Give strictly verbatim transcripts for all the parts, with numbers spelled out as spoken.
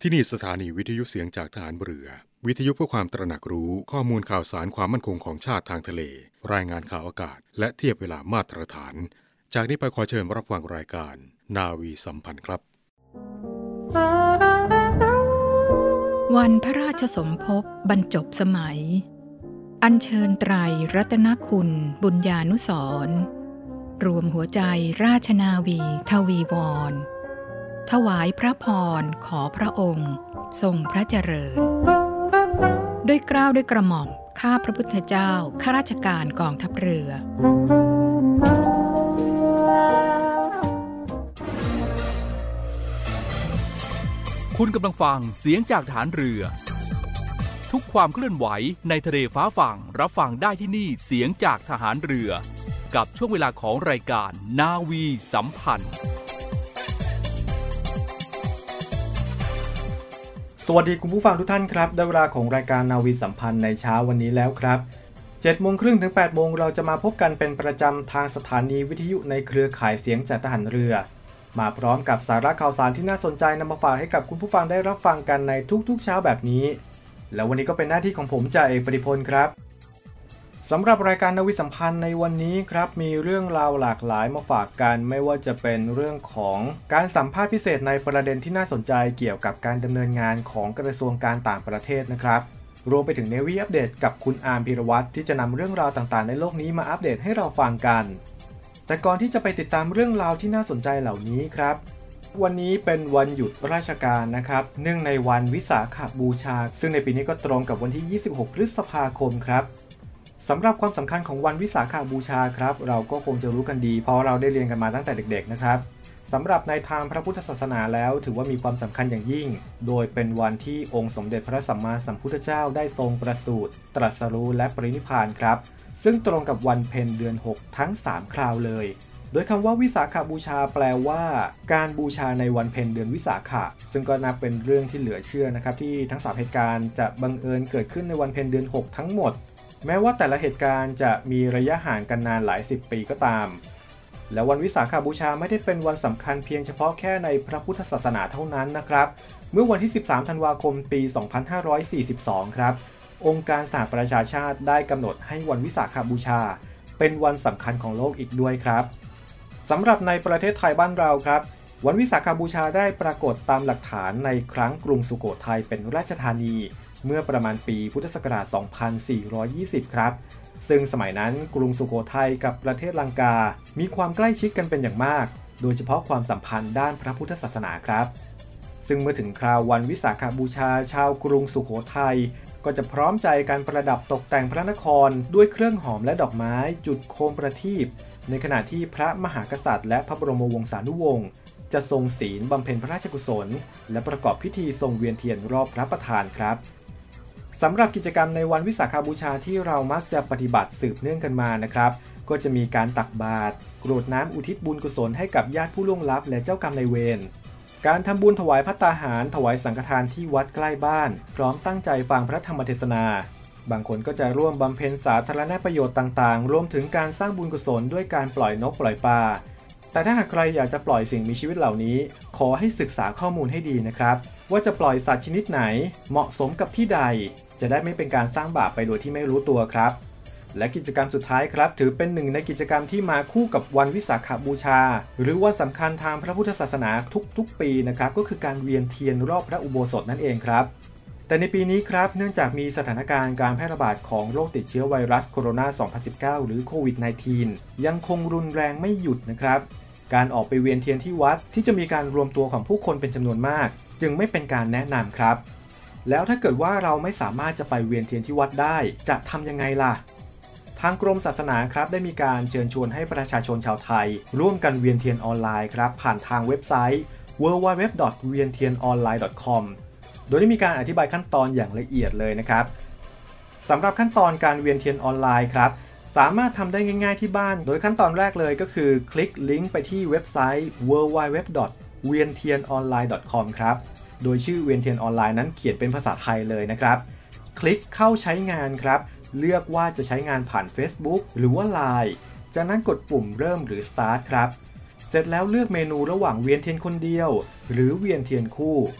ที่นี่สถานีวิทยุเสียงจากทหารเรือวิทยุเพื่อความตระหนักรู้ข้อมูลข่าวสารความมั่นคงของชาติทางทะเลรายงานข่าวอากาศและเทียบเวลามาตรฐานจากนี้ไปขอเชิญรับฟังรายการนาวีสัมพันธ์ครับวันพระราชสมภพบรรจบสมัยอัญเชิญไตรรัตนคุณบุญญานุสรณ์รวมหัวใจราชนาวีทวีวรถวายพระพรขอพระองค์ทรงพระเจริญด้วยเกล้าด้วยกระหม่อมข้าพระพุทธเจ้าข้าราชการกองทัพเรือคุณกำลังฟังเสียงจากฐานเรือทุกความเคลื่อนไหวในทะเลฟ้าฝั่งรับฟังได้ที่นี่เสียงจากทหารเรือกับช่วงเวลาของรายการนาวีสัมพันธ์สวัสดีคุณผู้ฟังทุกท่านครับได้เวลาของรายการนาวีสัมพันธ์ในเช้าวันนี้แล้วครับ เจ็ดโมงครึ่งถึงแปดโมงเราจะมาพบกันเป็นประจำทางสถานีวิทยุในเครือข่ายเสียงจากทหารเรือมาพร้อมกับสาระข่าวสารที่น่าสนใจนำมาฝากให้กับคุณผู้ฟังได้รับฟังกันในทุกๆเช้าแบบนี้แล้ววันนี้ก็เป็นหน้าที่ของผมจ่าเอกปฏิพลครับสำหรับรายการนาวีสัมพันธ์ในวันนี้ครับมีเรื่องราวหลากหลายมาฝากกันไม่ว่าจะเป็นเรื่องของการสัมภาษณ์พิเศษในประเด็นที่น่าสนใจเกี่ยวกับการดำเนินงานของกระทรวงการต่างประเทศนะครับรวมไปถึง Navy อัปเดตกับคุณอาร์มพีรวัตรที่จะนำเรื่องราวต่างๆในโลกนี้มาอัปเดตให้เราฟังกันแต่ก่อนที่จะไปติดตามเรื่องราวที่น่าสนใจเหล่านี้ครับวันนี้เป็นวันหยุดราชการนะครับเนื่องในวันวิสาขบูชาซึ่งในปีนี้ก็ตรงกับวันที่ยี่สิบหกพฤษภาคมครับสำหรับความสำคัญของวันวิสาขบูชาครับเราก็คงจะรู้กันดีเพราะเราได้เรียนกันมาตั้งแต่เด็กๆนะครับสำหรับในทางพระพุทธศาสนาแล้วถือว่ามีความสำคัญอย่างยิ่งโดยเป็นวันที่องค์สมเด็จพระสัมมาสัมพุทธเจ้าได้ทรงประสูติตรัสรู้และปรินิพพานครับซึ่งตรงกับวันเพ็ญเดือนหกทั้งสามคราวเลยโดยคำว่าวิสาขบูชาแปลว่าการบูชาในวันเพ็ญเดือนวิสาขะซึ่งก็นับเป็นเรื่องที่เหลือเชื่อนะครับที่ทั้งสามเหตุการณ์จะบังเอิญเกิดขึ้นในวันเพ็ญเดือนหกทั้งหมดแม้ว่าแต่ละเหตุการณ์จะมีระยะห่างกันนานหลายสิบปีก็ตามและวันวิสาขบูชาไม่ได้เป็นวันสำคัญเพียงเฉพาะแค่ในพระพุทธศาสนาเท่านั้นนะครับเมื่อวันที่สิบสามธันวาคมปีสองพันห้าร้อยสี่สิบสองครับองค์การสหประชาชาติได้กำหนดให้วันวิสาขบูชาเป็นวันสำคัญของโลกอีกด้วยครับสำหรับในประเทศไทยบ้านเราครับวันวิสาขบูชาได้ปรากฏตามหลักฐานในครั้งกรุงสุโขทัยเป็นราชธานีเมื่อประมาณปีพุทธศักราชสองพันสี่ร้อยยี่สิบครับซึ่งสมัยนั้นกรุงสุโขทัยกับประเทศลังกามีความใกล้ชิดกันเป็นอย่างมากโดยเฉพาะความสัมพันธ์ด้านพระพุทธศาสนาครับซึ่งเมื่อถึงคราววันวิสาขบูชาชาวกรุงสุโขทัยก็จะพร้อมใจการประดับตกแต่งพระนครด้วยเครื่องหอมและดอกไม้จุดโคมประทีปในขณะที่พระมหากษัตริย์และพระบรมวงศานุวงศ์จะทรงศีลบำเพ็ญพระราชกุศลและประกอบพิธีทรงเวียนเทียนรอบพระประธานครับสำหรับกิจกรรมในวันวิสาขบูชาที่เรามักจะปฏิบัติสืบเนื่องกันมานะครับก็จะมีการตักบาตรกรวดน้ำอุทิศบุญกุศลให้กับญาติผู้ล่วงลับและเจ้ากรรมนายเวรการทำบุญถวายภัตตาหารถวายสังฆทานที่วัดใกล้บ้านพร้อมตั้งใจฟังพระธรรมเทศนาบางคนก็จะร่วมบำเพ็ญสาธารณประโยชน์ต่างๆรวมถึงการสร้างบุญกุศลด้วยการปล่อยนกปล่อยปลาแต่ถ้าหากใครอยากจะปล่อยสิ่งมีชีวิตเหล่านี้ขอให้ศึกษาข้อมูลให้ดีนะครับว่าจะปล่อยสัตว์ชนิดไหนเหมาะสมกับที่ใดจะได้ไม่เป็นการสร้างบาปไปโดยที่ไม่รู้ตัวครับและกิจกรรมสุดท้ายครับถือเป็นหนึ่งในกิจกรรมที่มาคู่กับวันวิสาขบูชาหรือวันสำคัญทางพระพุทธศาสนาทุกๆปีนะครับก็คือการเวียนเทียนรอบพระอุโบสถนั่นเองครับแต่ในปีนี้ครับเนื่องจากมีสถานการณ์การแพร่ระบาดของโรคติดเชื้อไวรัสโคโรนา สองพันสิบเก้า หรือโควิด สิบเก้า ยังคงรุนแรงไม่หยุดนะครับการออกไปเวียนเทียนที่วัดที่จะมีการรวมตัวของผู้คนเป็นจำนวนมากจึงไม่เป็นการแนะนำครับแล้วถ้าเกิดว่าเราไม่สามารถจะไปเวียนเทียนที่วัดได้จะทำยังไงล่ะทางกรมศาสนาครับได้มีการเชิญชวนให้ประชาชนชาวไทยร่วมกันเวียนเทียนออนไลน์ครับผ่านทางเว็บไซต์ ดับเบิลยู ดับเบิลยู ดับเบิลยู ดอท เวียนเทียนออนไลน์ ดอท คอม โดยได้มีการอธิบายขั้นตอนอย่างละเอียดเลยนะครับสำหรับขั้นตอนการเวียนเทียนออนไลน์ครับสามารถทำได้ง่ายๆที่บ้านโดยขั้นตอนแรกเลยก็คือคลิกลิงก์ไปที่เว็บไซต์ ดับเบิลยู ดับเบิลยู ดับเบิลยู ดอท เวียนเทียนออนไลน์ ดอท คอม ครับโดยชื่อเวียนเทียนออนไลน์นั้นเขียนเป็นภาษาไทยเลยนะครับคลิกเข้าใช้งานครับเลือกว่าจะใช้งานผ่าน Facebook หรือว่า ไลน์ จากนั้นกดปุ่มเริ่มหรือ Start ครับเสร็จแล้วเลือกเมนูระหว่างเวียนเทียนคนเดียวหรือเวียนเทียนคู่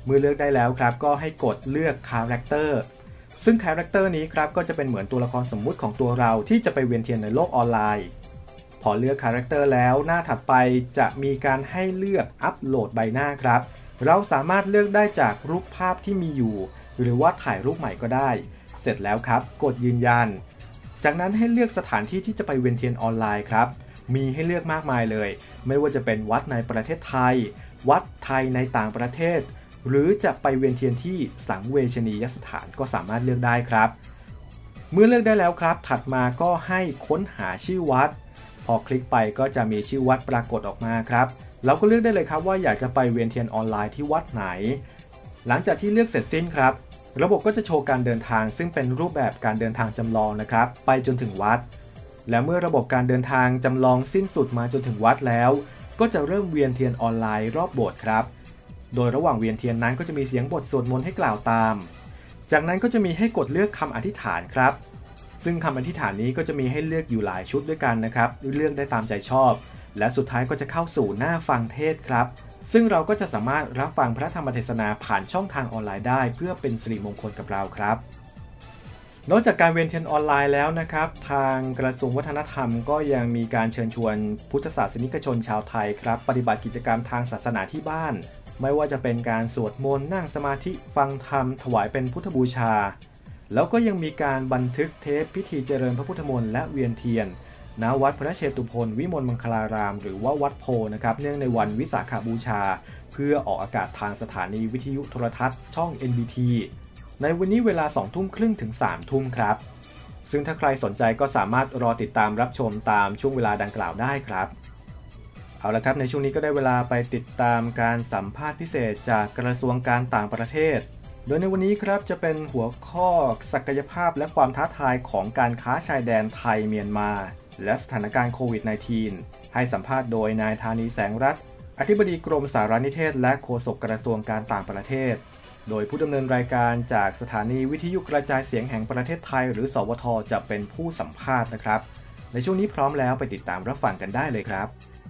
เมื่อเลือกได้แล้วครับก็ให้กดเลือก Character ซึ่ง Character นี้ครับก็จะเป็นเหมือนตัวละครสมมุติของตัวเราที่จะไปเวียนเทียนในโลกออนไลน์พอเลือก Character แล้วหน้าถัดไปจะมีการให้เลือกอัปโหลดใบหน้าครับเราสามารถเลือกได้จากรูปภาพที่มีอยู่หรือว่าถ่ายรูปใหม่ก็ได้เสร็จแล้วครับกดยืนยันจากนั้นให้เลือกสถานที่ที่จะไปเวียนเทียนออนไลน์ครับมีให้เลือกมากมายเลยไม่ว่าจะเป็นวัดในประเทศไทยวัดไทยในต่างประเทศหรือจะไปเวียนเทียนที่สังเวชนียสถานก็สามารถเลือกได้ครับเมื่อเลือกได้แล้วครับถัดมาก็ให้ค้นหาชื่อวัดพอคลิกไปก็จะมีชื่อวัดปรากฏออกมาครับเราก็เลือกได้เลยครับว่าอยากจะไปเวียนเทียนออนไลน์ที่วัดไหนหลังจากที่เลือกเสร็จสิ้นครับระบบก็จะโชว์การเดินทางซึ่งเป็นรูปแบบการเดินทางจำลองนะครับไปจนถึงวัดและเมื่อระบบการเดินทางจำลองสิ้นสุดมาจนถึงวัดแล้วก็จะเริ่มเวียนเทียนออนไลน์รอบโบสถ์ครับโดยระหว่างเวียนเทียนนั้นก็จะมีเสียงบทสวดมนต์ให้กล่าวตามจากนั้นก็จะมีให้กดเลือกคำอธิษฐานครับซึ่งคำอธิษฐานนี้ก็จะมีให้เลือกอยู่หลายชุดด้วยกันนะครับเลือกได้ตามใจชอบและสุดท้ายก็จะเข้าสู่หน้าฟังเทศครับซึ่งเราก็จะสามารถรับฟังพระธรรมเทศนาผ่านช่องทางออนไลน์ได้เพื่อเป็นสิริมงคลกับเราครับนอกจากการเวียนเทียนออนไลน์แล้วนะครับทางกระทรวงวัฒนธรรมก็ยังมีการเชิญชวนพุทธศาสนิกชนชาวไทยครับปฏิบัติกิจกรรมทางศาสนาที่บ้านไม่ว่าจะเป็นการสวดมนต์นั่งสมาธิฟังธรรมถวายเป็นพุทธบูชาแล้วก็ยังมีการบันทึกเทปพิธีเจริญพระพุทธมนต์และเวียนเทียนณวัดพระเชตุพนวิมลมังคลารามหรือว่าวัดโพนะครับเนื่องในวันวิสาขบูชาเพื่อออกอากาศทางสถานีวิทยุโทรทัศน์ช่อง เอ็น บี ที ในวันนี้เวลา สองทุ่มครึ่งถึง สามทุ่มครับซึ่งถ้าใครสนใจก็สามารถรอติดตามรับชมตามช่วงเวลาดังกล่าวได้ครับเอาละครับในช่วงนี้ก็ได้เวลาไปติดตามการสัมภาษณ์พิเศษจากกระทรวงการต่างประเทศโดยในวันนี้ครับจะเป็นหัวข้อศักยภาพและความท้าทายของการค้าชายแดนไทยเมียนมาและสถานการณ์โควิด สิบเก้า ให้สัมภาษณ์โดยนายธานีแสงรัตน์อธิบดีกรมสารนิเทศและโฆษกกระทรวงการต่างประเทศโดยผู้ดำเนินรายการจากสถานีวิทยุกระจายเสียงแห่งประเทศไทยหรือสวทจะเป็นผู้สัมภาษณ์นะครับในช่วงนี้พร้อมแล้วไปติดตามรับฟังกันได้เลยครับ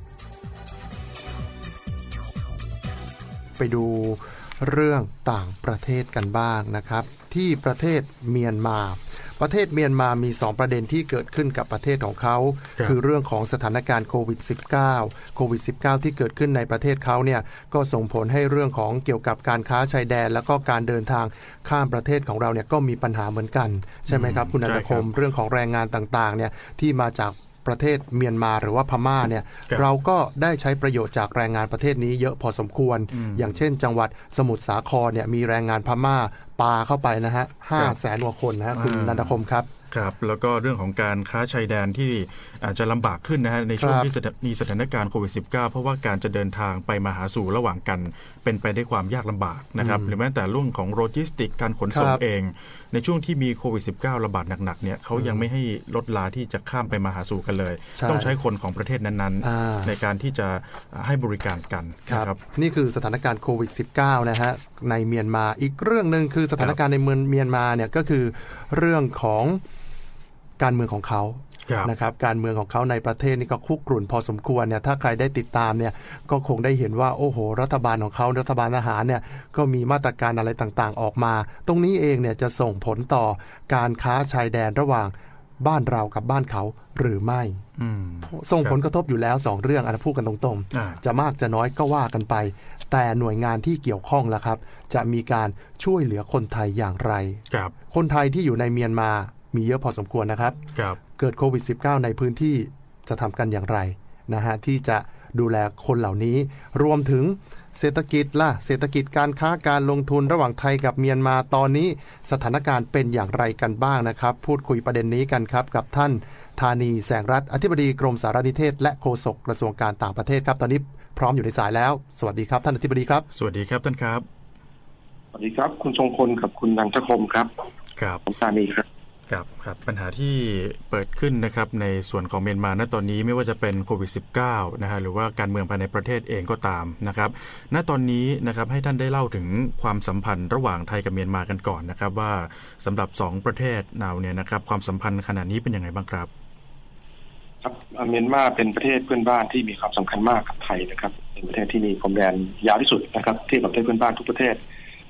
ไปดูเรื่องต่างประเทศกันบ้างนะครับที่ประเทศเมียนมาประเทศเมียนมามีสองประเด็นที่เกิดขึ้นกับประเทศของเขา ค, คือเรื่องของสถานการณ์โควิด สิบเก้า โควิด สิบเก้า ที่เกิดขึ้นในประเทศเขาเนี่ยก็ส่งผลให้เรื่องของเกี่ยวกับการค้าชายแดนแล้วก็การเดินทางข้ามประเทศของเราเนี่ยก็มีปัญหาเหมือนกันใช่ไหมครับคุณอนันตคมเรื่องของแรงงานต่างๆเนี่ยที่มาจากประเทศเมียนมาหรือว่าพม่าเนี่ยเราก็ได้ใช้ประโยชน์จากแรงงานประเทศนี้เยอะพอสมควร อ, อย่างเช่นจังหวัดสมุทรสาครเนี่ยมีแรงงานพม่าปาเข้าไปนะฮะห้าแสนกว่าคนนะฮะคุณนันทคมครับครับแล้วก็เรื่องของการค้าชายแดนที่อาจจะลำบากขึ้นนะฮะในช่วงที่มีสถานการณ์โควิด สิบเก้า เพราะว่าการจะเดินทางไปมาหาสู่ระหว่างกันเป็นไปด้วยความยากลำบากนะครับหรือแม้แต่เรื่องของโลจิสติกการขนส่งเองในช่วงที่มีโควิด สิบเก้า ระบาดหนักๆเนี่ยเขายังไม่ให้ลดลาที่จะข้ามไปมาหาสู่กันเลยต้องใช้คนของประเทศนั้นๆในการที่จะให้บริการกันครับนี่คือสถานการณ์โควิด สิบเก้า นะฮะในเมียนมาอีกเรื่องนึงคือสถานการณ์ในเมืองเมียนมาเนี่ยก็คือเรื่องของการเมืองของเขานะครับการเมืองของเขาในประเทศนี่ก็คุกรุ่นพอสมควรเนี่ยถ้าใครได้ติดตามเนี่ยก็คงได้เห็นว่าโอ้โหรัฐบาลของเขารัฐบาลทหารเนี่ยก็มีมาตรการอะไรต่างๆออกมาตรงนี้เองเนี่ยจะส่งผลต่อการค้าชายแดนระหว่างบ้านเรากับบ้านเขาหรือไม่ส่งผลกระทบอยู่แล้วสองเรื่องอันพูดกันตรงๆจะมากจะน้อยก็ว่ากันไปแต่หน่วยงานที่เกี่ยวข้องล่ะครับจะมีการช่วยเหลือคนไทยอย่างไรคนไทยที่อยู่ในเมียนมามีเยอะพอสมควรนะครับเกิดโควิด สิบเก้า ในพื้นที่จะทำกันอย่างไรนะฮะที่จะดูแลคนเหล่านี้รวมถึงเศรษฐกิจล่ะเศรษฐกิจการค้าการลงทุนระหว่างไทยกับเมียนมาตอนนี้สถานการณ์เป็นอย่างไรกันบ้างนะครับพูดคุยประเด็นนี้กันครับกับท่านธานีแสงรัตน์อธิบดีกรมสารนิเทศและโฆษกกระทรวงการต่างประเทศครับตอนนี้พร้อมอยู่ในสายแล้วสวัสดีครับท่านอธิบดีครับสวัสดีครับท่านครับสวัสดีครับคุณทรงพลกับคุณนันทคมครับครับผมธานีครับครับครับปัญหาที่เปิดขึ้นนะครับในส่วนของเมียนมาณตอนนี้ไม่ว่าจะเป็นโควิด สิบเก้า นะฮะหรือว่าการเมืองภายในประเทศเองก็ตามนะครับณตอนนี้นะครับให้ท่านได้เล่าถึงความสัมพันธ์ระหว่างไทยกับเมียนมากันก่อนนะครับว่าสำหรับสองประเทศเราเนี่ยนะครับความสัมพันธ์ขณะนี้เป็นยังไงบ้างครับครับเมียนมาเป็นประเทศเพื่อนบ้านที่มีความสำคัญมากกับไทยนะครับเป็นประเทศที่มีพรมแดนยาวที่สุดนะครับเทียบกับประเทศเพื่อนบ้านทุกประเทศ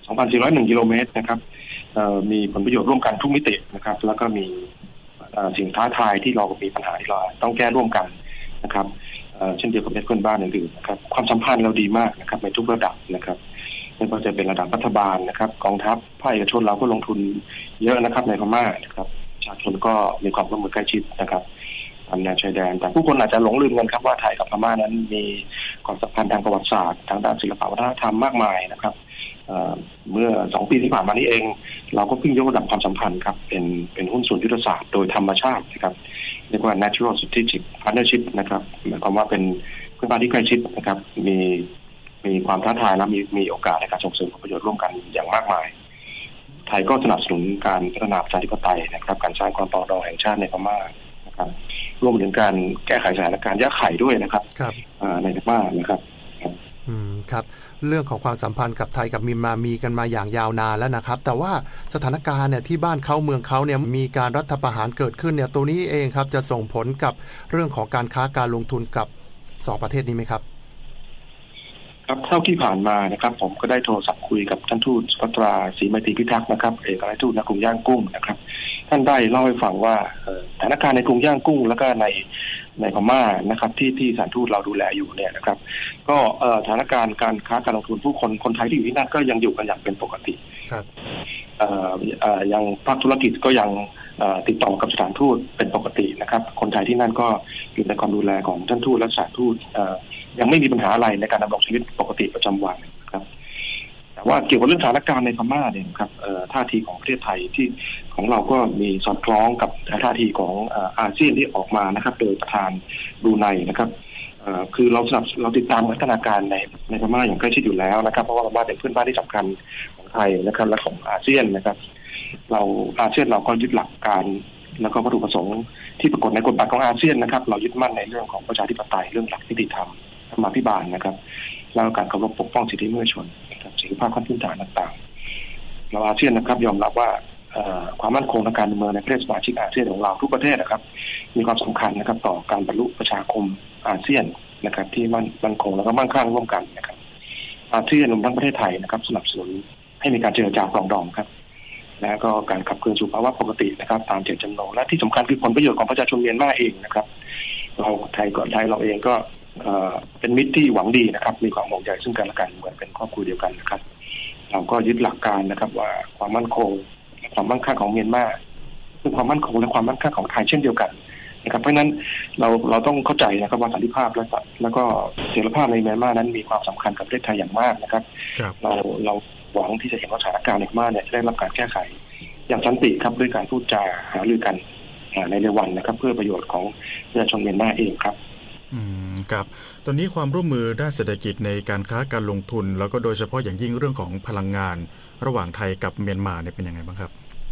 สองพันสี่ร้อยเอ็ด กิโลเมตรนะครับมีผลประโยชน์ร่วมกันทุกมิตินะครับแล้วก็มีสิ่งท้าทายที่เรามีปัญหาที่เราต้องแก้ร่วมกันนะครับเช่นเดียวกับประเทศเพื่อนบ้านอื่นๆนะครับความสัมพันธ์เราดีมากนะครับในทุกระดับนะครับไม่ว่าจะเป็นระดับรัฐบาลนะครับกองทัพภาคเอกชนเราก็ลงทุนเยอะนะครับในพม่านะครับประชาชนก็มีความร่วมมือใกล้ชิดนะครับตามแนวชายแดนแต่ผู้คนอาจจะหลงลืมกันครับว่าไทยกับพม่านั้นมีความสัมพันธ์ทางประวัติศาสตร์ทางด้านศิลปวัฒนธรรมมากมายนะครับเมื่อสองปีที่ผ่านมานี้เองเราก็เพิ่งยกระดับความสัมพันธ์ครับเป็นเป็นหุ้นส่วนยุทธศาสตร์โดยธรรมชาตินะครับเรียกว่า natural strategic partnership นะครับหมายความว่าเป็นเพื่อนบ้านที่ใกล้ชิดนะครับมีมีความท้าทายและมีมีโอกาสในการส่งเสริมผลประโยชน์ร่วมกันอย่างมากมายไทยก็สนับสนุนการพัฒนาประชาธิปไตยนะครับการสร้างความปรองดองแห่งชาติในพม่านะครับรวมถึงการแก้ไขสถานการณ์ยะไข่ด้วยนะครับในพม่านะครับอืมครับเรื่องของความสัมพันธ์กับไทยกับเมียนมามีกันมาอย่างยาวนานแล้วนะครับแต่ว่าสถานการณ์เนี่ยที่บ้านเขาเมืองเขาเนี่ยมีการรัฐประหารเกิดขึ้นเนี่ยตัวนี้เองครับจะส่งผลกับเรื่องของการค้าการลงทุนกับสองประเทศนี้ไหมครับครับเท่าที่ผ่านมานะครับผมก็ได้โทรศัพท์คุยกับท่านทูตสุภัทราศรีไมตรีพิทักษ์นะครับเอกอัครราชทูตณกรุงย่างกุ้งนะครับท่านได้เล่าให้ฟังว่าสถานการณ์ในกรุงย่างกุ้งแล้วก็ในในพม่านะครับที่ที่สถานทูตเราดูแลอยู่เนี่ยนะครับก็สถานการณ์การค้าการลงทุนผู้คนคนไทยที่อยู่ที่นั่นก็ยังอยู่กันอย่างเป็นปกติครับยังภาคธุรกิจก็ยังติดต่อกับสถานทูตเป็นปกตินะครับคนไทยที่นั่นก็อยู่ในความดูแลของท่านทูตและสถานทูตยังไม่มีปัญหาอะไรในการดำรงชีวิตปกติประจำวันครับแต่ว่าเกี่ยวกับเรื่องสถานการณ์ในพม่าเนี่ยครับท่าทีของประเทศไทยที่ของเราก็มีสอดคล้องกับท่าทีของอาเซียนที่ออกมานะครับโดยประธานบรูไนนะครับคือเราสนับเราติดตามพัฒนาการในในพม่าอย่างใกล้ชิดอยู่แล้วนะครับเพราะว่าพม่าเป็นเพื่อนบ้านที่สำคัญของไทยนะครับและของอาเซียนนะครับเราอาเซียนเราก็ยึดหลักการแล้วก็วัตถุประสงค์ที่ปรากฏในกฎบัตรของอาเซียนนะครับเรายึดมั่นในเรื่องของประชาธิปไตยเรื่องหลักนิติธรรมธรรมาภิบาลนะครับแล้วการเคารพปกป้องสิทธิมนุษยชนเสรีภาพขั้นพื้นฐานต่างๆเราอาเซียนนะครับยอมรับว่าความมั่นคงทางการเมืองในประเทศสมาชิกอาเซียนของเราทุกประเทศนะครับมีความสำคัญนะครับต่อการบรรลุประชาคมอาเซียนนะครับที่มั่นมั่นคงแล้วก็มั่งคั่งร่วมกันนะครับอาเซียนรวมทั้งประเทศไทยนะครับสนับสนุนให้มีการเจรจาปรองดองครับและก็การขับเคลื่อนสู่ภาวะปกตินะครับตามเจตจำนงและที่สำคัญคือผลประโยชน์ของประชาชนเมียนมาเองนะครับเราไทยก่อนไทยเราเองก็เป็นมิตรที่หวังดีนะครับมีความห่วงใยซึ่งกันและกันเหมือนเป็นครอบครัวเดียวกันนะครับเราก็ยึดหลักการนะครับว่าความมั่นคงความมั่งคั่งของเมียนมาคือความมั่นคงและความมั่งคั่งของไทยเช่นเดียวกันนะครับเพราะฉะนั้นเราเราต้องเข้าใจนะครับว่าสันติภาพและแล้วก็เสรีภาพในเมียนมานั้นมีความสำคัญกับประเทศไทยอย่างมากนะครับเราเราหวังที่จะเห็นว่าสถานการณ์ในเมียนมาเนี่ยได้รับการแก้ไขอย่างสันติครับด้วยการพูดจาหารือกันในเร็ววันนะครับเพื่อประโยชน์ของประชาชนเมียนมาเองครับอืมครับตอนนี้ความร่วมมือด้านเศรษฐกิจในการค้าการลงทุนแล้วก็โดยเฉพาะอย่างยิ่งเรื่องของพลังงานระหว่างไทยกับเมียนมาเนี่ยเป็นยังไงบ้างครับ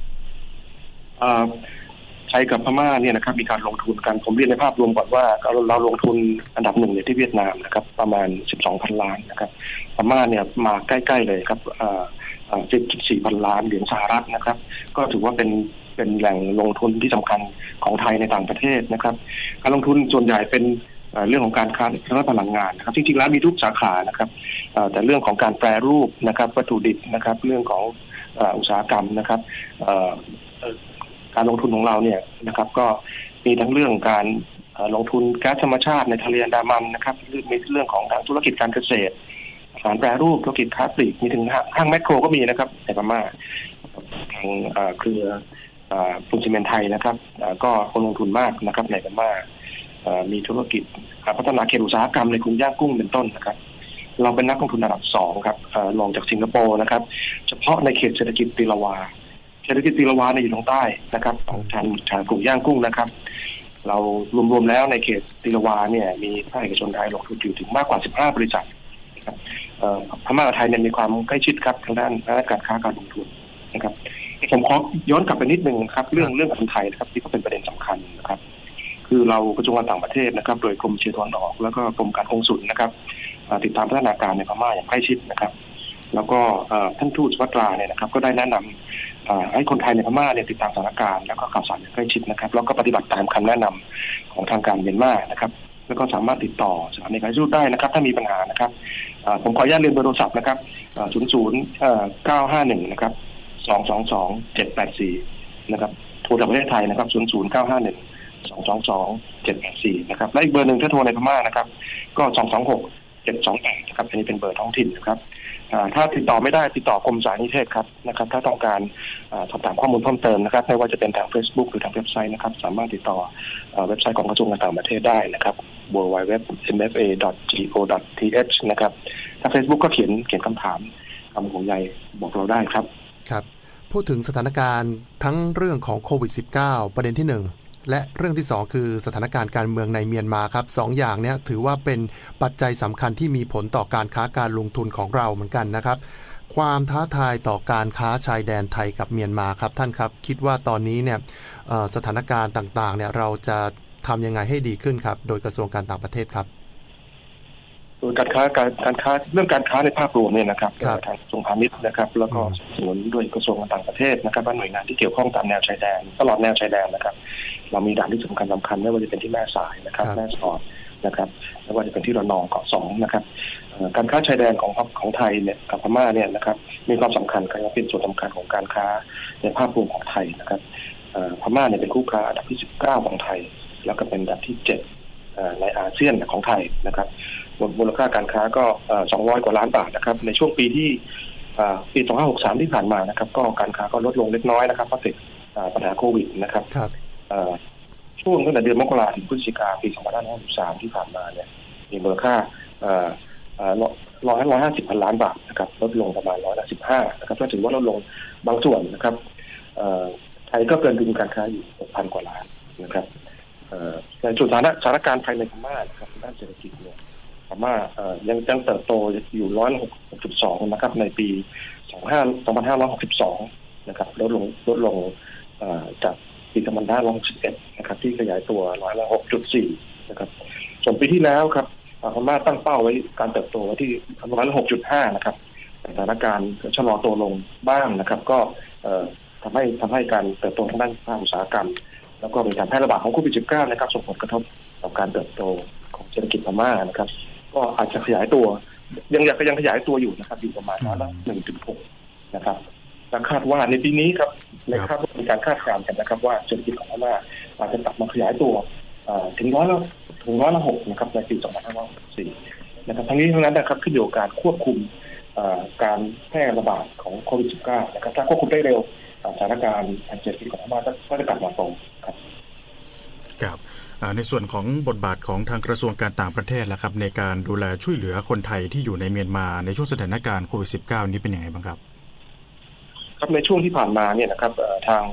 ไทยกับพม่าเนี่ยนะครับมีการลงทุนกันผมเรียนในภาพรวมก่อนว่าเราลงทุนอันดับหนึ่งเนี่ยที่เวียดนามนะครับประมาณสิบสองพันล้านนะครับพม่าเนี่ยมาใกล้ๆเลยครับสิบจุดสี่พันล้านเหรียญสหรัฐนะครับก็ถือว่าเป็นเป็นแหล่งลงทุนที่สำคัญของไทยในต่างประเทศนะครับการลงทุนส่วนใหญ่เป็นเรื่องของการค้าและพลังงานนะครับจริงๆแล้วมีทุกสาขานะครับแต่เรื่องของการแปรรูปนะครับวัตถุดิบนะครับเรื่องของอุตสาหกรรมนะครับการลงทุนของเราเนี่ยนะครับก็มีทั้งเรื่องการลงทุนแก๊สธรรมชาติในทะเลอันดามันนะครับมีเรื่องของทางธุรกิจการเกษตรการแปรรูปธุรกิจค้าปลีกมีถึงห้างแมคโครก็มีนะครับในพม่าทางเครือปูนซีเมนต์ไทยนะครับก็คนลงทุนมากนะครับในพม่ามีธุรกิจพัฒนาเขตอุตสาหกรรมในกรุงย่างกุ้งเป็นต้นนะครับเราเป็นนักลงทุนอันดับสองครับรองจากสิงคโปร์นะครับเฉพาะในเขตเศรษฐกิจติลาวาเศรษฐกิจติลาวาในอยู่ทางใต้นะครับของทางทางกรุงย่างกุ้งนะครับเรารวมๆแล้วในเขตติลาวาเนี่ยมีภาคเอกชนไทยลงทุนอยู่ถึงมากกว่าสิบห้าบริษัทนะครับพม่ากับไทยเนี่ยมีความใกล้ชิดครับทางด้านการค้าการลงทุนนะครับผมขอย้อนกลับไปนิดนึงครับเรื่องเรื่องการไทยนะครับที่ก็เป็นประเด็นสำคัญนะครับคือเรากระทรวงการต่างประเทศนะครับโดยกรมเชียร์ตะวันออกแล้วก็กรมการกงสุลนะครับติดตามพัฒนาการในพม่าอย่างใกล้ชิดนะครับแล้วก็ท่านทูตสุภัทราเนี่ยนะครับก็ได้แนะนำให้คนไทยในพม่าเนี่ยติดตามสถานการณ์แล้วก็ข่าวสารอย่างใกล้ชิดนะครับแล้วก็ปฏิบัติตามคำแนะนำของทางการเมียนมานะครับแล้วก็สามารถติดต่อสถานีการทูตได้นะครับถ้ามีปัญหานะครับผมขออนุญาตเรียนเบอร์โทรศัพท์นะครับศูนย์ ศูนย์ เก้า ห้า หนึ่งนะครับสอง สอง สอง เจ็ด แปด สี่นะครับโทรจากประเทศไทยนะครับศูนย์ ศูนย์ เก้า ห้า หนึ่ง สอง สอง สอง เจ็ด แปด สี่นะครับและอีกเบอร์หนึ่งถ้าโทรในพม่านะครับก็สอง สอง หก เจ็ด สอง แปดนะครับอันนี้เป็นเบอร์ท้องถิ่นนะครับถ้าติดต่อไม่ได้ติดต่อกรมสารนิเทศครับนะครับถ้าต้องการสอบถามข้อมูลเพิ่มเติมนะครับไม่ว่าจะเป็นทาง Facebook หรือทางเว็บไซต์นะครับสามารถติดต่อเว็บไซต์ของกระทรวงการต่างประเทศได้นะครับ ดับเบิลยู ดับเบิลยู ดับเบิลยู ดอท เอ็ม เอฟ เอ ดอท จี โอ ดอท ที เอช นะครับถ้า Facebook ก็เขียนเขียนคำถามคำห่วงใยบอกเราได้ครับครับพูดถึงสถานการณ์ทั้งเรื่องของโควิด สิบเก้า ประเด็นที่หนึ่งและเรื่องที่สองคือสถานการณ์การเมืองในเมียนมาครับสองอย่างนี้ถือว่าเป็นปัจจัยสำคัญที่มีผลต่อการค้าการลงทุนของเราเหมือนกันนะครับความท้าทายต่อการค้าชายแดนไทยกับเมียนมาครับท่านครับคิดว่าตอนนี้เนี่ยสถานการณ์ต่างๆเนี่ยเราจะทำยังไงให้ดีขึ้นครับโดยกระทรวงการต่างประเทศครับโดยการค้าการการค้าเรื่องการค้าในภาพรวมเนี่ยนะครับทางกระทรวงพาณิชย์นะครับแล้วก็สนับสนุนด้วยกระทรวงการต่างประเทศนะครับว่าหน่วยงานที่เกี่ยวข้องตามแนวชายแดนตลอดแนวชายแดนนะครับเรามีด่านที่สำคัญสำคัญไม่ว่าจะเป็นที่แม่สายนะครับแม่สอดนะครับไม่ว่าจะเป็นที่ระนองเกาะสองนะครับการค้าชายแดนของของไทยเนี่ยกับพม่าเนี่ยนะครับมีความสำคัญครับเป็นส่วนสำคัญของการค้าในภาพรวมของไทยนะครับพม่าเนี่ยเป็นคู่ค้าอันดับที่สิบเก้าของไทยแล้วก็เป็นอันดับที่เจ็ดในอาเซียนของไทยนะครับมูลค่าการค้าก็สองร้อยกว่าล้านบาทนะครับในช่วงปีที่ปีสองพันห้าร้อยหกสิบสามที่ผ่านมานะครับก็การค้าก็ลดลงเล็กน้อยนะครับเพราะติดปัญหาโควิดนะครับช่วงตั้งแต่เดือนมกราถึงพฤศจิกาปีสองพันห้าร้อยหกสิบสามที่ผ่านมาเนี่ยมีมูลค่าร้อยร้อยห้าสิบพันล้านบาทนะครับลดลงประมาณร้อยละสิบห้านะครับก็ถือว่าลดลงบางส่วนนะครับไทยก็เกินดุลการค้าอยู่หกพันกว่าล้านนะครับในส่วนสถานการณ์ภายในพม่านะครับด้านเศรษฐกิจเนี่ยพม่ายังยังเติบโตอยู่ร้อยละหกจุดสองนะครับในปีสองพันห้าร้อยหกสิบสองนะครับลดลงลดลงจากปีสองพันห้าร้อยหกสิบเอ็ดนะครับที่ขยายตัวร้อยละหกจุดสี่นะครับส่วนปีที่แล้วครับพม่าตั้งเป้าไว้การเติบโตไว้ที่ร้อยละหกจุดห้านะครับสถานการณ์ชะลอตัวลงบ้างนะครับก็ทำให้ทำให้การเติบโตทางด้านภาคอุตสาหกรรมแล้วก็มีการแพร่ระบาดของโควิด สิบเก้า นะครับส่งผลกระทบต่อการเติบโตของเศรษฐกิจพม่านะครับก็อาจจะขยายตัวยังอยากยังขยายตัวอยู่นะครับอยู่ประมาณร้อยละ หนึ่งจุดหก นะครับและคาดว่าในปีนี้ครับในคาดว่ามีการคาดการณ์กันนะครับว่าเศรษฐกิจของพม่าอาจจะกลับมาขยายตัวถึงร้อยละถึงร้อยละหกนะครับในปีสองพันห้าร้อยหกสิบสี่นะครับทั้งนี้ทั้งนั้นนะครับขึ้นอยู่กับการควบคุมการแพร่ระบาดของโควิด สิบเก้า นะครับถ้าควบคุมได้เร็วสถานการณ์ทางเศรษฐกิจของพม่าก็จะกลับมาโตครับครับในส่วนของบทบาทของทางกระทรวงการต่างประเทศล่ะครับในการดูแลช่วยเหลือคนไทยที่อยู่ในเมียนมาในช่วงสถานการณ์โควิด สิบเก้า นี้เป็นยังไงบ้างครับครับในช่วงที่ผ่านมาเนี่ยนะครับทาง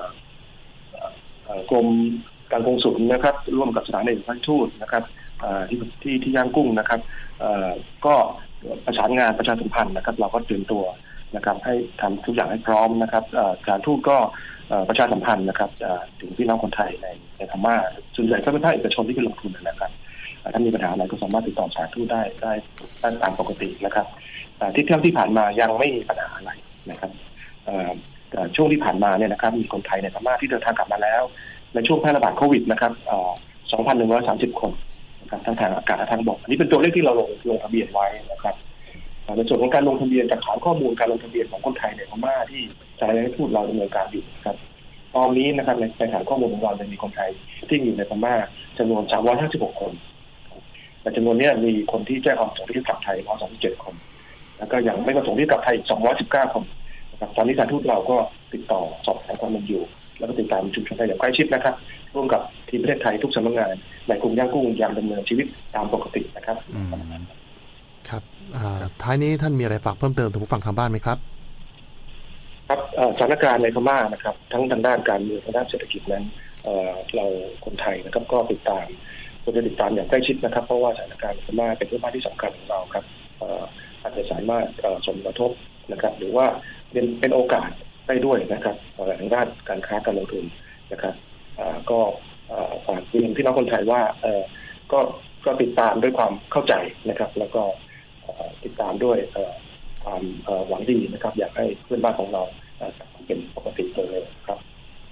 กรมการกงสุลนะครับร่วมกับสถานเอกอัครราชทูตนะครับที่ที่ที่ย่างกุ้งนะครับก็ประสานงานประชาสัมพันธ์นะครับเราก็เตรียมตัวนะครับให้ทำทุกอย่างให้พร้อมนะครับการทูตก็ประชาสัมพันธ์นะครับถึงพี่น้องคนไทยในในพม่าส่วนใหญ่ก็เป็นภาคเอกชนที่ไปลงทุนนะครับถ้ามีปัญหาอะไรก็สามารถติดต่อสถานทูตได้ได้ตามปกตินะครับที่เที่ยวที่ผ่านมายังไม่มีปัญหาอะไรนะครับช่วงที่ผ่านมาเนี่ยนะครับมีคนไทยในพม่าที่เดินทางกลับมาแล้วในช่วงแพร่ระบาดโควิดนะครับ สองพันหนึ่งร้อยสามสิบ คนนะครับทั้งทางอากาศและทางบกอันนี้เป็นตัวเลขที่เราลงลงทะเบียนไว้นะครับในส่วนของการลงทะเบียนจากฐานข้อมูลการลงทะเบียนของคนไทยในพม่าที่สถานทูตเราดำเนินการอยู่ครับตอนนี้นะครับในฐานข้อมูลของเราจะมีคนไทยที่อยู่ในพม่าจำนวนสามร้อยห้าสิบหกคนแต่จำนวนนี้มีคนที่แจ้งความประสงค์ที่จะกลับไทยหนึ่งร้อยสามสิบเจ็ดคนแล้วก็ยังไม่ประสงค์ที่กลับไทยอีกสองร้อยสิบเก้าคนนะครับตอนนี้ฐานทูตเราก็ติดต่อสอบถามความเป็นอยู่แล้วก็ติดตามชุมชนไทยอย่างใกล้ชิดนะครับร่วมกับทีมประเทศไทยทุกสำนักงานในกลุ่มย่างกุ้งยังดำเนินชีวิตตามปกตินะครับครับท้ายนี้ท่านมีอะไรฝากเพิ่มเติมถึงผู้ฟังทางบ้านไหมครับครับสถานการณ์ในพม่านะครับทั้งทางด้านการเมืองทางด้านเศรษฐกิจนั้นเราคนไทยนะครับก็ติดตามควรจะติดตามอย่างใกล้ชิดนะครับเพราะว่าสถานการณ์ในพม่าเป็นเรื่องที่สำคัญของเราครับอาจจะสามารถส่งกระทบนะครับหรือว่าเป็นเป็นโอกาสได้ด้วยนะครับทางด้านการค้าการลงทุนนะครับก็ฝากเรียนพี่น้องคนไทยว่าก็ก็ติดตามด้วยความเข้าใจนะครับแล้วก็ติดตามด้วยความหวังดีนะครับอยากให้เพื่อนบ้านของเราเป็นปกติเลยครับครับพ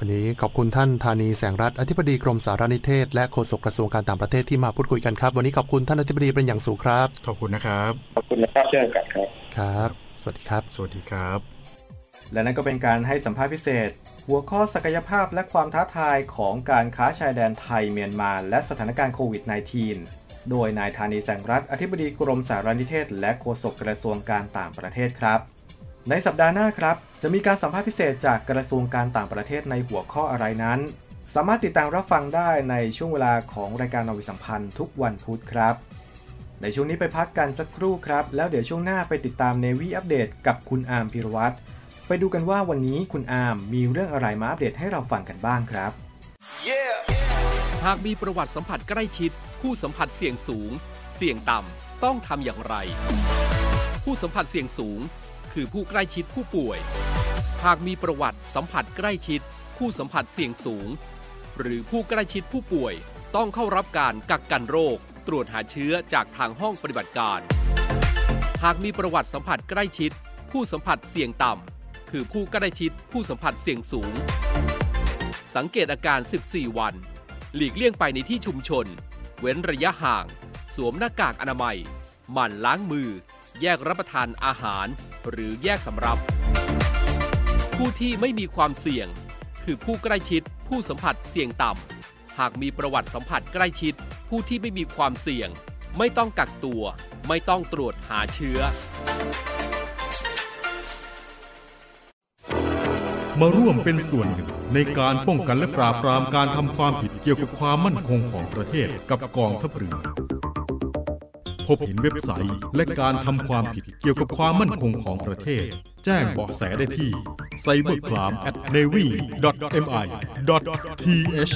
วันนี้ขอบคุณท่านธานีแสงรัตน์อธิบดีกรมสารนิเทศและโฆษกกระทรวงการต่างประเทศที่มาพูดคุยกันครับวันนี้ขอบคุณท่านอธิบดีเป็นอย่างสูงครับขอบคุณนะครับขอบคุณนะครับเช่นกันครับครับสวัสดีครับสวัสดีครับและนั่นก็เป็นการให้สัมภาษณ์พิเศษหัวข้อศักยภาพและความท้าทายของการค้าชายแดนไทยเมียนมาและสถานการณ์โควิด สิบเก้า โดยนายธานีแสงรัตน์อธิบดีกรมสารนิเทศและโฆษกกระทรวงการต่างประเทศครับในสัปดาห์หน้าครับจะมีการสัมภาษณ์พิเศษจากกระทรวงการต่างประเทศในหัวข้ออะไรนั้นสามารถติดตามรับฟังได้ในช่วงเวลาของรายการนาวิสัมพันธ์ทุกวันพุธครับในช่วงนี้ไปพักกันสักครู่ครับแล้วเดี๋ยวช่วงหน้าไปติดตาม Navy อัปเดตกับคุณอาร์มพิรวัตรไปดูกันว่าวันนี้คุณอาร์มมีเรื่องอะไรมาอัปเดตให้เราฟังกันบ้างครับ yeah. หากมีประวัติสัมผัสใกล้ชิดผู้สัมผัสเสี่ยงสูงเสี่ยงต่ำต้องทำอย่างไรผู้สัมผัสเสี่ยงสูงคือผู้ใกล้ชิดผู้ป่วยหากมีประวัติสัมผัสใกล้ชิดผู้สัมผัสเสี่ยงสูงหรือผู้ใกล้ชิดผู้ป่วยต้องเข้ารับการกักกันโรคตรวจหาเชื้อจากทางห้องปฏิบัติการหากมีประวัติสัมผัสใกล้ชิดผู้สัมผัสเสี่ยงต่ำคือผู้ใกล้ชิดผู้สัมผัสเสี่ยงสูงสังเกตอาการสิบสี่วันหลีกเลี่ยงไปในที่ชุมชนเว้นระยะห่างสวมหน้ากากอนามัยหมั่นล้างมือแยกรับประทานอาหารหรือแยกสำรับผู้ที่ไม่มีความเสี่ยงคือผู้ใกล้ชิดผู้สัมผัสเสี่ยงต่ำหากมีประวัติสัมผัสใกล้ชิดผู้ที่ไม่มีความเสี่ยงไม่ต้องกักตัวไม่ต้องตรวจหาเชื้อมาร่วมเป็นส่วนหนึ่งในการป้องกันและปราบปรามการทำความผิดเกี่ยวกับความมั่นคงของประเทศกับกองทัพเรือพบเห็นเว็บไซต์และการทำความผิดเกี่ยวกับความมั่นคงของประเทศแจ้งเบาะแสได้ที่ ไซเบอร์คราม แอท เนวี ดอท เอ็ม ไอ ดอท ที เอช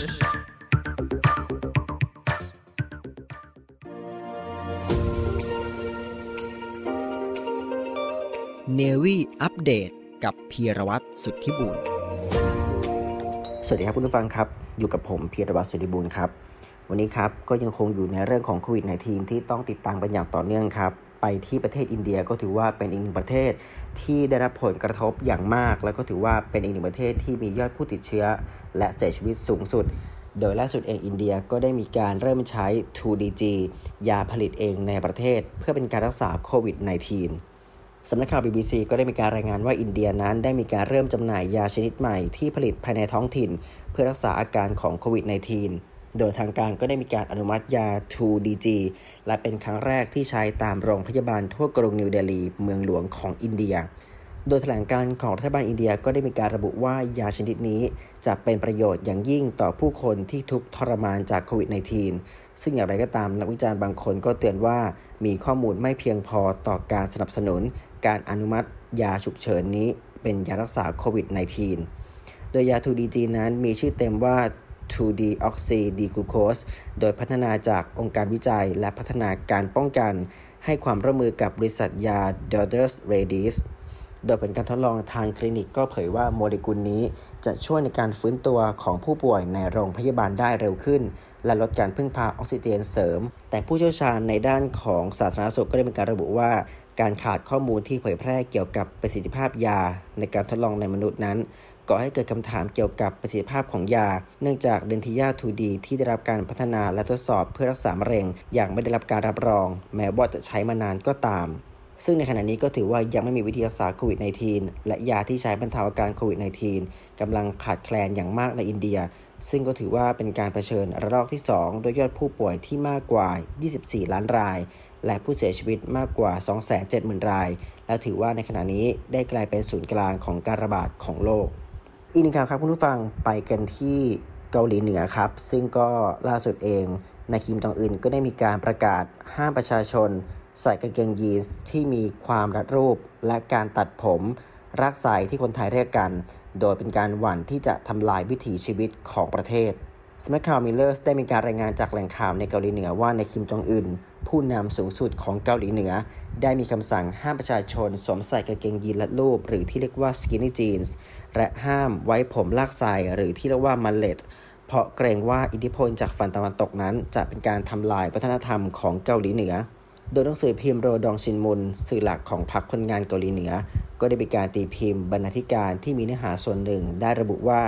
Navy อัปเดตกับพีรวัตรสุทธิบูรณ์สวัสดีครับคุณผู้ฟังครับอยู่กับผมพีรวัตรสุทธิบูรณ์ครับวันนี้ครับก็ยังคงอยู่ในเรื่องของโควิด สิบเก้า ที่ต้องติดตามกันอย่างต่อเนื่องครับไปที่ประเทศอินเดียก็ถือว่าเป็นอีกหนึ่งประเทศที่ได้รับผลกระทบอย่างมากแล้วก็ถือว่าเป็นอีกหนึ่งประเทศที่มียอดผู้ติดเชื้อและเสียชีวิตสูงสุดโดยล่าสุดเองอินเดียก็ได้มีการเริ่มใช้ ทู ดี จี ยาผลิตเองในประเทศเพื่อเป็นการรักษาโควิด สิบเก้าสำนักข่าว บี บี ซี ก็ได้มีการรายงานว่าอินเดียนั้นได้มีการเริ่มจำหน่ายยาชนิดใหม่ที่ผลิตภายในท้องถิ่นเพื่อรักษาอาการของโควิด สิบเก้า โดยทางการก็ได้มีการอนุมัติยา ทู ดี จี และเป็นครั้งแรกที่ใช้ตามโรงพยาบาลทั่วกรุงนิวเดลีเมืองหลวงของอินเดียโดยแถลงการของรัฐบาลอินเดียก็ได้มีการระบุว่ายาชนิดนี้จะเป็นประโยชน์อย่างยิ่งต่อผู้คนที่ทุกข์ทรมานจากโควิด สิบเก้า ซึ่งอย่างไรก็ตามนักวิจารณ์บางคนก็เตือนว่ามีข้อมูลไม่เพียงพอต่อการสนับสนุนการอนุมัติยาฉุกเฉินนี้เป็นยารักษาโควิด สิบเก้า โดยยา ทู ดี จี นั้นมีชื่อเต็มว่า ทู ดี ออกซิดีกลูโคส โดยพัฒนาจากองค์การวิจัยและพัฒนาการป้องกันให้ความร่วมมือกับบริษัทยา Doders Redis โดยผลการทดลองทางคลินิกก็เผยว่าโมเลกุลนี้จะช่วยในการฟื้นตัวของผู้ป่วยในโรงพยาบาลได้เร็วขึ้นและลดการพึ่งพาออกซิเจนเสริมแต่ผู้เชี่ยวชาญในด้านของสาธารณสุขก็ได้มีการระบุว่าการขาดข้อมูลที่เผยแพร่เกี่ยวกับประสิทธิภาพยาในการทดลองในมนุษย์นั้นก่อให้เกิดคำถามเกี่ยวกับประสิทธิภาพของยาเนื่องจากเดนทิยา ทู ดี ที่ได้รับการพัฒนาและทดสอบเพื่อรักษามะเร็งอย่างไม่ได้รับการรับรองแม้ว่าจะใช้มานานก็ตามซึ่งในขณะนี้ก็ถือว่ายังไม่มีวิธีรักษาโควิด สิบเก้า และยาที่ใช้บรรเทาอาการโควิด สิบเก้า กำลังขาดแคลนอย่างมากในอินเดียซึ่งก็ถือว่าเป็นการเผชิญระลอกที่สองโดยยอดผู้ป่วยที่มากกว่ายี่สิบสี่ล้านรายและผู้เสียชีวิตมากกว่า สองแสนเจ็ดหมื่น รายและถือว่าในขณะนี้ได้กลายเป็นศูนย์กลางของการระบาดของโลกอีกหนึ่งข่าวครับคุณผู้ฟังไปกันที่เกาหลีเหนือครับซึ่งก็ล่าสุดเองนายคิมจองอึนก็ได้มีการประกาศห้ามประชาชนใส่กางเกงยีนส์ที่มีความรัดรูปและการตัดผมรากไซที่คนไทยเรียกกันโดยเป็นการหวั่นที่จะทำลายวิถีชีวิตของประเทศสำนักข่าวมิลเลอร์สได้มีการรายงานจากแหล่งข่าวในเกาหลีเหนือว่านายคิมจองอึนผู้นำสูงสุดของเกาหลีเหนือได้มีคำสั่งห้ามประชาชนสวมใส่กางเกงยีนรัดรูปหรือที่เรียกว่า skinny jeans และห้ามไว้ผมลากไซหรือที่เรียกว่า mullet เพราะเกรงว่าอิทธิพลจากฝั่งตะวันตกนั้นจะเป็นการทำลายวัฒนธรรมของเกาหลีเหนือโดยหนังสือพิมพ์โรดองชินมุนสื่อหลักของพรรคคนงานเกาหลีเหนือก็ได้มีการตีพิมพ์บรรณาธิการที่มีเนื้อหาส่วนหนึ่งได้ระบุว่า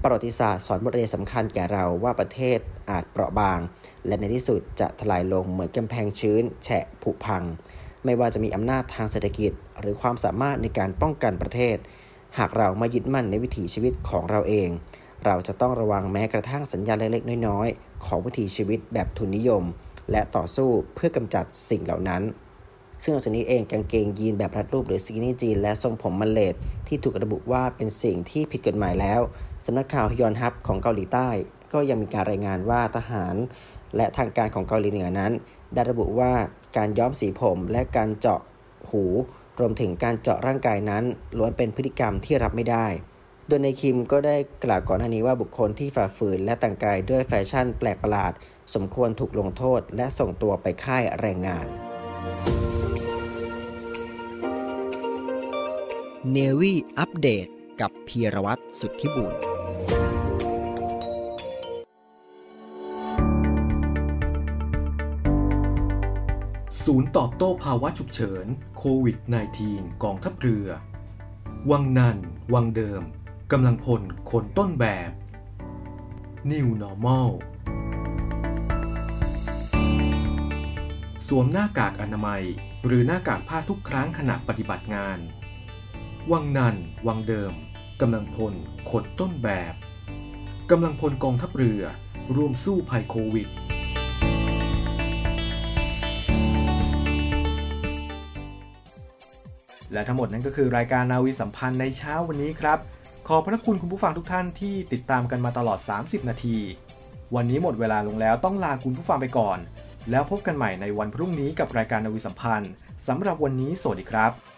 ประวัติศาสตร์สอนบทเรียนสำคัญแก่เราว่าประเทศอาจเปราะบางและในที่สุดจะทลายลงเหมือนกำแพงชื้นแฉะผุพังไม่ว่าจะมีอำนาจทางเศรษฐกิจหรือความสามารถในการป้องกันประเทศหากเราไม่ยึดมั่นในวิถีชีวิตของเราเองเราจะต้องระวังแม้กระทั่งสัญญาณเล็กๆน้อยๆของวิถีชีวิตแบบทุนนิยมและต่อสู้เพื่อกำจัดสิ่งเหล่านั้นซึ่งนอกจากนี้เองกางเกงยีนแบบรัดรูปหรือสกินนี่จีนและทรงผมมัลเลตที่ถูกระบุว่าเป็นสิ่งที่ผิดกฎหมายแล้วสำนักข่าวยอนฮับของเกาหลีใต้ก็ยังมีการรายงานว่าทหารและทางการของเกาหลีเหนือนั้นได้ระบุว่าการย้อมสีผมและการเจาะหูรวมถึงการเจาะร่างกายนั้นล้วนเป็นพฤติกรรมที่รับไม่ได้โดยในคิมก็ได้กล่าวก่อนหน้านี้ว่าบุคคลที่ฝ่าฝืนและแต่งกายด้วยแฟชั่นแปลกประหลาดสมควรถูกลงโทษและส่งตัวไปค่ายแรงงานเนวี่อัปเดตกับพีรวัตรสุทธิบุญศูนย์ตอบโต้ภาวะฉุกเฉินโควิด สิบเก้า กองทัพเรือวังนันวังเดิมกำลังพลคนต้นแบบ New Normal สวมหน้ากากอนามัยหรือหน้ากากผ้าทุกครั้งขณะปฏิบัติงานวังนันวังเดิมกำลังพลคนต้นแบบกำลังพลกองทัพเรือร่วมสู้ภัยโควิดและทั้งหมดนั้นก็คือรายการนาวีสัมพันธ์ในเช้าวันนี้ครับขอบพระคุณคุณผู้ฟังทุกท่านที่ติดตามกันมาตลอดสามสิบนาทีวันนี้หมดเวลาลงแล้วต้องลาคุณผู้ฟังไปก่อนแล้วพบกันใหม่ในวันพรุ่งนี้กับรายการนาวีสัมพันธ์สำหรับวันนี้สวัสดีครับ